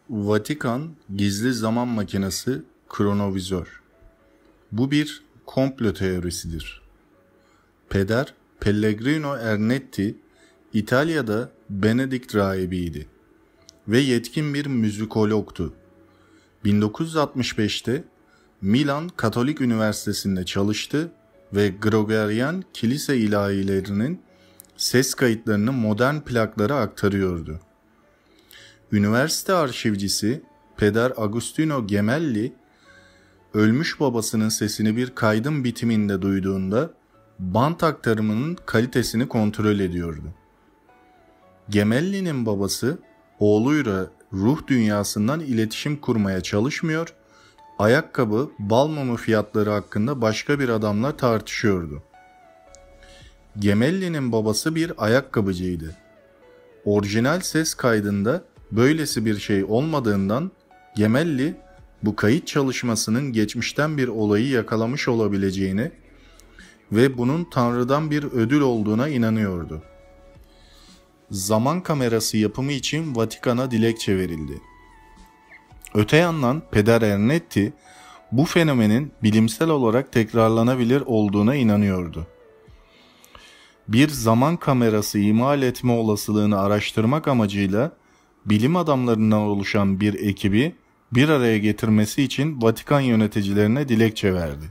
Vatikan gizli zaman makinesi kronovizör. Bu bir komplo teorisidir. Peder Pellegrino Ernetti İtalya'da Benedikt rahibiydi ve yetkin bir müzikologtu. 1965'te Milan Katolik Üniversitesi'nde çalıştı ve Gregorian kilise ilahilerinin ses kayıtlarını modern plaklara aktarıyordu. Üniversite arşivcisi Peder Agostino Gemelli, ölmüş babasının sesini bir kaydın bitiminde duyduğunda bant aktarımının kalitesini kontrol ediyordu. Gemelli'nin babası oğluyla ruh dünyasından iletişim kurmaya çalışmıyor, ayakkabı, bal mumu fiyatları hakkında başka bir adamla tartışıyordu. Gemelli'nin babası bir ayakkabıcıydı. Orijinal ses kaydında böylesi bir şey olmadığından Gemelli bu kayıt çalışmasının geçmişten bir olayı yakalamış olabileceğini ve bunun Tanrı'dan bir ödül olduğuna inanıyordu. Zaman kamerası yapımı için Vatikan'a dilekçe verildi. Öte yandan Peder Ernetti bu fenomenin bilimsel olarak tekrarlanabilir olduğuna inanıyordu. Bir zaman kamerası imal etme olasılığını araştırmak amacıyla bilim adamlarından oluşan bir ekibi bir araya getirmesi için Vatikan yöneticilerine dilekçe verdi.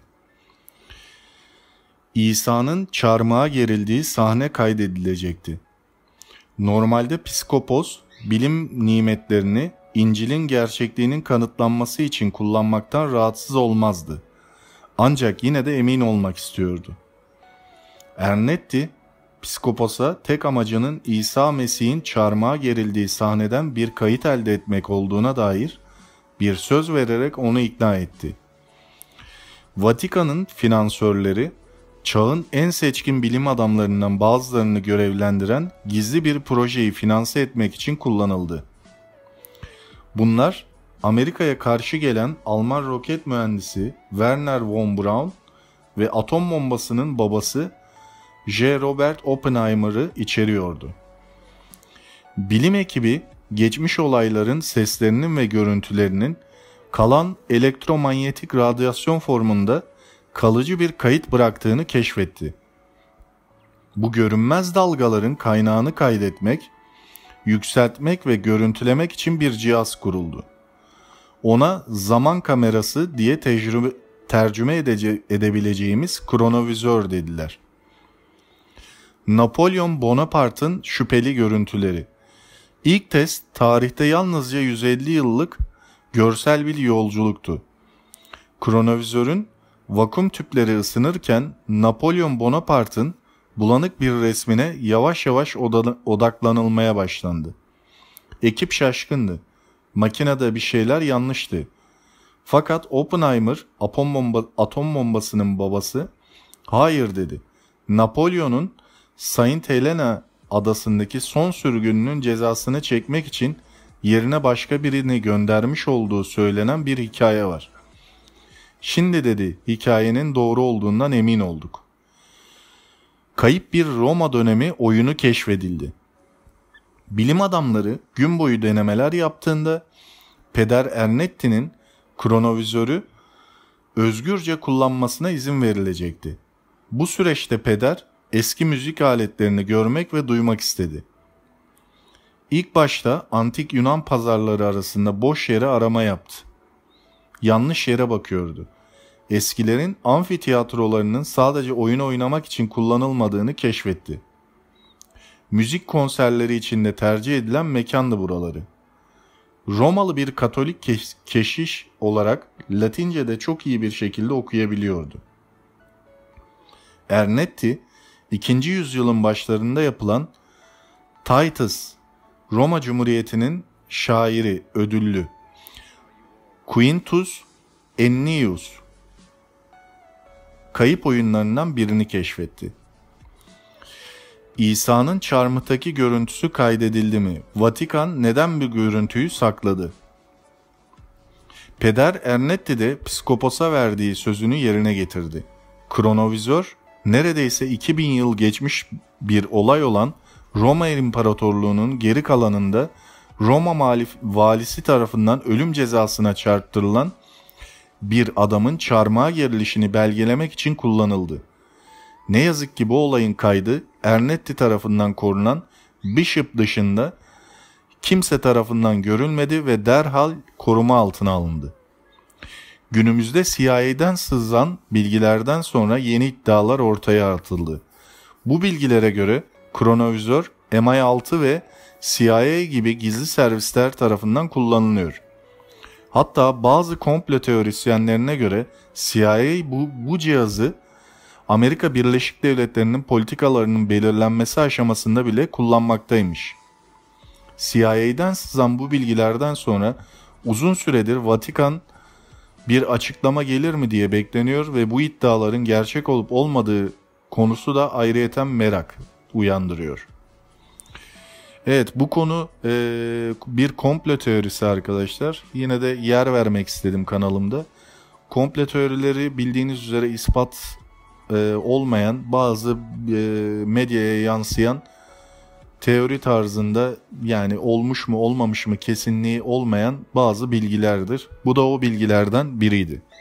İsa'nın çarmıha gerildiği sahne kaydedilecekti. Normalde psikopos bilim nimetlerini İncil'in gerçekliğinin kanıtlanması için kullanmaktan rahatsız olmazdı. Ancak yine de emin olmak istiyordu. Ernetti, psikoposa tek amacının İsa Mesih'in çarmıha gerildiği sahneden bir kayıt elde etmek olduğuna dair bir söz vererek onu ikna etti. Vatikan'ın finansörleri, çağın en seçkin bilim adamlarından bazılarını görevlendiren gizli bir projeyi finanse etmek için kullanıldı. Bunlar, Amerika'ya karşı gelen Alman roket mühendisi Werner von Braun ve atom bombasının babası J. Robert Oppenheimer'ı içeriyordu. Bilim ekibi, geçmiş olayların seslerinin ve görüntülerinin kalan elektromanyetik radyasyon formunda kalıcı bir kayıt bıraktığını keşfetti. Bu görünmez dalgaların kaynağını kaydetmek, yükseltmek ve görüntülemek için bir cihaz kuruldu. Ona zaman kamerası diye tercüme edebileceğimiz kronovizör dediler. Napolyon Bonaparte'ın şüpheli görüntüleri. İlk test tarihte yalnızca 150 yıllık görsel bir yolculuktu. Kronovizörün vakum tüpleri ısınırken Napolyon Bonaparte'ın bulanık bir resmine yavaş yavaş odaklanılmaya başlandı. Ekip şaşkındı. Makinede bir şeyler yanlıştı. Fakat Oppenheimer, atom bombasının babası, hayır dedi. Napolyon'un Saint Helena adasındaki son sürgününün cezasını çekmek için yerine başka birini göndermiş olduğu söylenen bir hikaye var. Şimdi dedi, hikayenin doğru olduğundan emin olduk. Kayıp bir Roma dönemi oyunu keşfedildi. Bilim adamları gün boyu denemeler yaptığında Peder Ernetti'nin kronovizörü özgürce kullanmasına izin verilecekti. Bu süreçte Peder eski müzik aletlerini görmek ve duymak istedi. İlk başta antik Yunan pazarları arasında boş yere arama yaptı. Yanlış yere bakıyordu. Eskilerin amfitiyatrolarının sadece oyun oynamak için kullanılmadığını keşfetti. Müzik konserleri içinde tercih edilen mekandı buraları. Romalı bir Katolik keşiş olarak Latince'de çok iyi bir şekilde okuyabiliyordu. Ernetti, 2. yüzyılın başlarında yapılan Titus, Roma Cumhuriyeti'nin şairi, ödüllü Quintus Ennius kayıp oyunlarından birini keşfetti. İsa'nın çarmıhtaki görüntüsü kaydedildi mi? Vatikan neden bir görüntüyü sakladı? Peder Ernetti de psikoposa verdiği sözünü yerine getirdi. Kronovizör, neredeyse 2000 yıl geçmiş bir olay olan Roma İmparatorluğu'nun geri kalanında Roma valisi tarafından ölüm cezasına çarptırılan bir adamın çarmıha gerilişini belgelemek için kullanıldı. Ne yazık ki bu olayın kaydı Ernetti tarafından korunan Bishop dışında kimse tarafından görülmedi ve derhal koruma altına alındı. Günümüzde CIA'den sızan bilgilerden sonra yeni iddialar ortaya atıldı. Bu bilgilere göre kronovizör MI6 ve CIA gibi gizli servisler tarafından kullanılıyor. Hatta bazı komplo teorisyenlerine göre CIA bu cihazı Amerika Birleşik Devletleri'nin politikalarının belirlenmesi aşamasında bile kullanmaktaymış. CIA'den sızan bu bilgilerden sonra uzun süredir Vatikan bir açıklama gelir mi diye bekleniyor ve bu iddiaların gerçek olup olmadığı konusu da ayrıyeten merak uyandırıyor. Evet, bu konu bir komplo teorisi arkadaşlar. Yine de yer vermek istedim kanalımda. Komplo teorileri bildiğiniz üzere ispat olmayan, bazı medyaya yansıyan teori tarzında, yani olmuş mu olmamış mı kesinliği olmayan bazı bilgilerdir. Bu da o bilgilerden biriydi.